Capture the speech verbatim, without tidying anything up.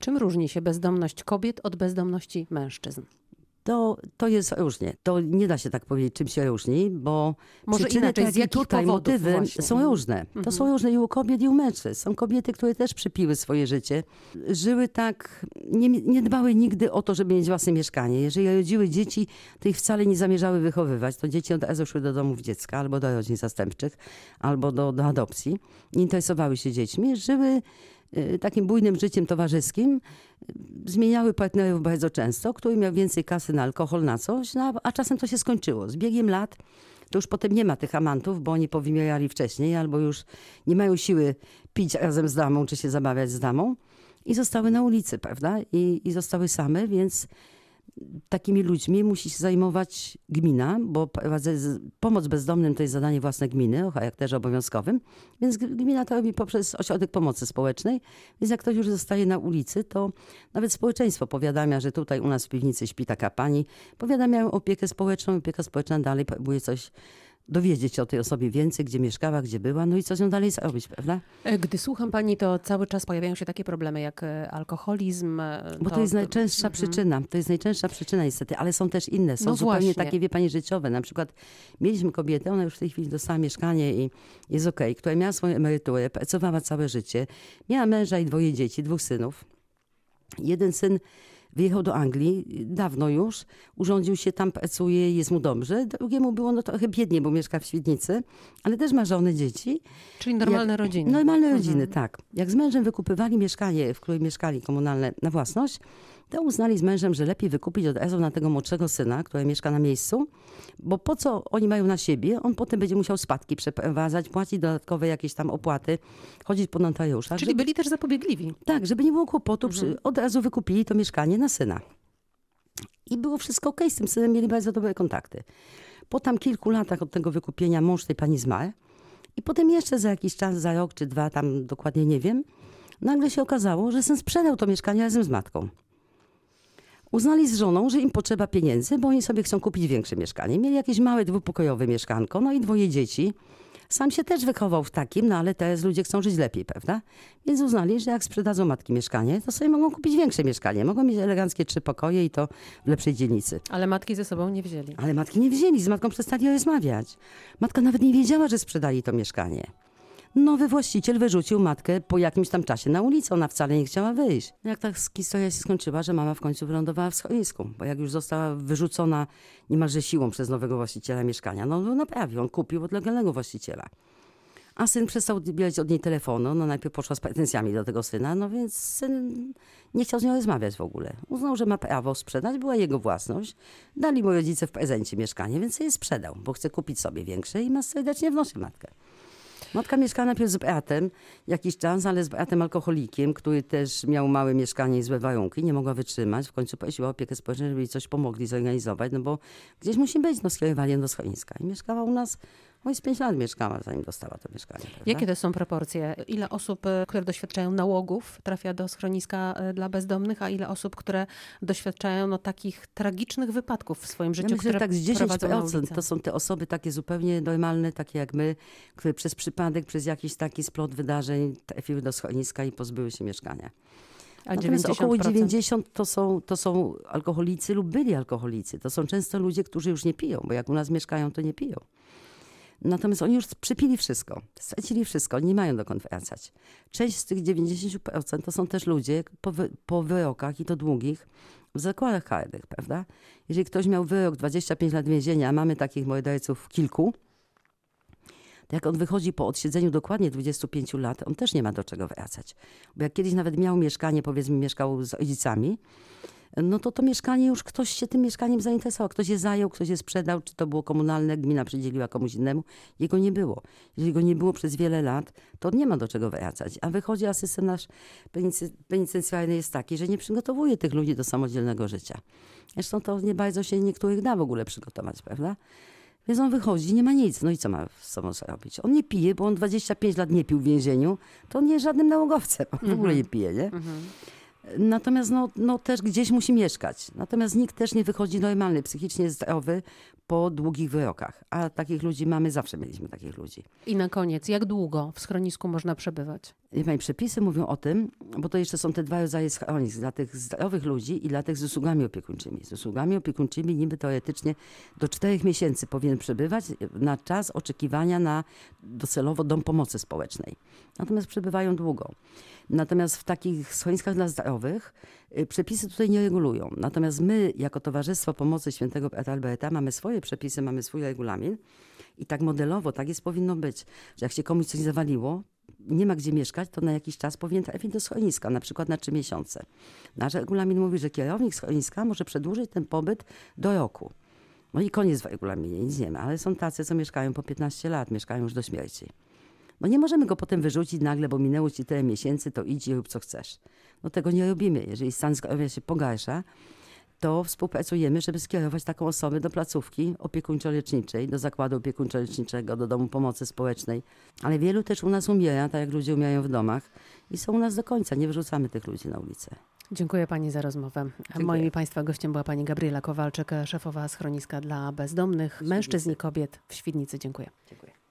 Czym różni się bezdomność kobiet od bezdomności mężczyzn? To, to jest różnie. To nie da się tak powiedzieć, czym się różni, bo Może przyczyny, inaczej, tak z jak i jakich tutaj powodów motywy właśnie? są różne. Mhm. To są różne i u kobiet, i u mężczyzn. Są kobiety, które też przepiły swoje życie. Żyły tak, nie, nie dbały nigdy o to, żeby mieć własne mieszkanie. Jeżeli rodziły dzieci, to ich wcale nie zamierzały wychowywać. To dzieci od razu szły do domów dziecka, albo do rodzin zastępczych, albo do, do adopcji. Nie interesowały się dziećmi. Żyły takim bujnym życiem towarzyskim, zmieniały partnerów bardzo często, który miał więcej kasy na alkohol, na coś, no, a czasem to się skończyło. Z biegiem lat to już potem nie ma tych amantów, bo oni powymierali wcześniej, albo już nie mają siły pić razem z damą, czy się zabawiać z damą i zostały na ulicy, prawda? I, i zostały same, więc takimi ludźmi musi się zajmować gmina, bo pomoc bezdomnym to jest zadanie własne gminy o charakterze obowiązkowym, więc gmina to robi poprzez ośrodek pomocy społecznej, więc jak ktoś już zostaje na ulicy, to nawet społeczeństwo powiadamia, że tutaj u nas w piwnicy śpi taka pani, powiadamiają opiekę społeczną, opieka społeczna dalej próbuje coś dowiedzieć się o tej osobie więcej, gdzie mieszkała, gdzie była, no i co z nią dalej zrobić, prawda? Gdy słucham pani, to cały czas pojawiają się takie problemy jak alkoholizm. Bo to, to jest najczęstsza to... przyczyna, to jest najczęstsza przyczyna niestety, ale są też inne, są no zupełnie właśnie. takie, wie pani, życiowe. Na przykład mieliśmy kobietę, ona już w tej chwili dostała mieszkanie i jest okej, okay, która miała swoją emeryturę, pracowała całe życie, miała męża i dwoje dzieci, dwóch synów. Jeden syn wyjechał do Anglii, dawno już, urządził się tam, pracuje, jest mu dobrze. Drugiemu było no trochę biednie, bo mieszka w Świdnicy, ale też ma żonę, dzieci. Czyli normalne Jak, rodziny. Normalne mhm. rodziny, tak. Jak z mężem wykupywali mieszkanie, w którym mieszkali komunalne na własność, to uznali z mężem, że lepiej wykupić od razu na tego młodszego syna, który mieszka na miejscu, bo po co oni mają na siebie, on potem będzie musiał spadki przeprowadzać, płacić dodatkowe jakieś tam opłaty, chodzić po notariuszach. Czyli żeby... byli też zapobiegliwi. Tak, żeby nie było kłopotu, mhm. przy, od razu wykupili to mieszkanie na syna. I było wszystko okej, z tym synem mieli bardzo dobre kontakty. Po tam kilku latach od tego wykupienia mąż tej pani zmarł i potem jeszcze za jakiś czas, za rok czy dwa, tam dokładnie nie wiem, nagle się okazało, że syn sprzedał to mieszkanie razem z matką. Uznali z żoną, że im potrzeba pieniędzy, bo oni sobie chcą kupić większe mieszkanie. Mieli jakieś małe dwupokojowe mieszkanko, no i dwoje dzieci. Sam się też wychował w takim, no ale teraz ludzie chcą żyć lepiej, prawda? Więc uznali, że jak sprzedadzą matki mieszkanie, to sobie mogą kupić większe mieszkanie. Mogą mieć eleganckie trzy pokoje i to w lepszej dzielnicy. Ale matki ze sobą nie wzięli. Ale matki nie wzięli, z matką przestali rozmawiać. Matka nawet nie wiedziała, że sprzedali to mieszkanie. Nowy właściciel wyrzucił matkę po jakimś tam czasie na ulicę. Ona wcale nie chciała wyjść. Jak ta historia się skończyła, że mama w końcu wylądowała w schronisku, bo jak już została wyrzucona niemalże siłą przez nowego właściciela mieszkania, no on naprawił, on kupił od legalnego właściciela. A syn przestał odbierać od niej telefonu, no najpierw poszła z pretensjami do tego syna, no więc syn nie chciał z nią rozmawiać w ogóle. Uznał, że ma prawo sprzedać, była jego własność. Dali mu rodzice w prezencie mieszkanie, więc je sprzedał, bo chce kupić sobie większe i ma serdecznie w nosie matkę. Matka mieszkała najpierw z bratem jakiś czas, ale z bratem alkoholikiem, który też miał małe mieszkanie i złe warunki, nie mogła wytrzymać. W końcu prosiła o opiekę społeczną, żeby jej coś pomogli zorganizować, no bo gdzieś musi być, no skierowali ją do schroniska. I mieszkała u nas, oj z pięć lat mieszkała, zanim dostała to mieszkanie. Prawda? Jakie to są proporcje? Ile osób, które doświadczają nałogów, trafia do schroniska dla bezdomnych, a ile osób, które doświadczają no, takich tragicznych wypadków w swoim życiu, ja myślę, które że tak z dziesięć procent ulicę? To są te osoby takie zupełnie normalne, takie jak my, które przez przypadek, przez jakiś taki splot wydarzeń trafiły do schroniska i pozbyły się mieszkania. A Natomiast około dziewięćdziesiąt to są, to są alkoholicy lub byli alkoholicy. To są często ludzie, którzy już nie piją, bo jak u nas mieszkają, to nie piją. Natomiast oni już przypili wszystko, stracili wszystko, nie mają dokąd wracać. Część z tych dziewięćdziesiąt procent to są też ludzie po, wy, po wyrokach i to długich w zakładach karnych, prawda? Jeżeli ktoś miał wyrok dwadzieścia pięć lat więzienia, a mamy takich morderców kilku, to jak on wychodzi po odsiedzeniu dokładnie dwudziestu pięciu lat, on też nie ma do czego wracać. Bo jak kiedyś nawet miał mieszkanie, powiedzmy mieszkał z rodzicami, no to to mieszkanie już ktoś się tym mieszkaniem zainteresował. Ktoś je zajął, ktoś je sprzedał, czy to było komunalne, gmina przydzieliła komuś innemu. Jego nie było. Jeżeli go nie było przez wiele lat, to on nie ma do czego wracać. A wychodzi asystent nasz penitencjarny jest taki, że nie przygotowuje tych ludzi do samodzielnego życia. Zresztą to nie bardzo się niektórych da w ogóle przygotować, prawda? Więc on wychodzi, nie ma nic. No i co ma z sobą robić? On nie pije, bo on dwadzieścia pięć lat nie pił w więzieniu. To on nie jest żadnym nałogowcem. On w ogóle nie pije, nie? Natomiast no, no też gdzieś musi mieszkać. Natomiast nikt też nie wychodzi normalny, psychicznie zdrowy po długich wyrokach. A takich ludzi mamy, zawsze mieliśmy takich ludzi. I na koniec, jak długo w schronisku można przebywać? Wie pani, przepisy mówią o tym, bo to jeszcze są te dwa rodzaje schronisk, dla tych zdrowych ludzi i dla tych z usługami opiekuńczymi. Z usługami opiekuńczymi niby teoretycznie do czterech miesięcy powinien przebywać na czas oczekiwania na docelowo dom pomocy społecznej. Natomiast przebywają długo. Natomiast w takich schroniskach dla zdrowych y, przepisy tutaj nie regulują. Natomiast my, jako Towarzystwo Pomocy Świętego Brata Alberta, mamy swoje przepisy, mamy swój regulamin i tak modelowo, tak jest powinno być, że jak się komuś coś zawaliło, nie ma gdzie mieszkać, to na jakiś czas powinien trafić do schroniska, na przykład na trzy miesiące. Nasz regulamin mówi, że kierownik schroniska może przedłużyć ten pobyt do roku. No i koniec w regulaminie, nic nie ma. Ale są tacy, co mieszkają po piętnaście lat, mieszkają już do śmierci. No nie możemy go potem wyrzucić nagle, bo minęło ci tyle miesięcy, to idź i rób co chcesz. No tego nie robimy. Jeżeli stan zdrowia się pogarsza, to współpracujemy, żeby skierować taką osobę do placówki opiekuńczo-leczniczej, do zakładu opiekuńczo-leczniczego, do domu pomocy społecznej. Ale wielu też u nas umiera, tak jak ludzie umierają w domach i są u nas do końca. Nie wyrzucamy tych ludzi na ulicę. Dziękuję pani za rozmowę. Dziękuję. Moim i państwa gościem była pani Gabriela Kowalczyk, szefowa schroniska dla bezdomnych, mężczyzn i kobiet w Świdnicy. Dziękuję. Dziękuję.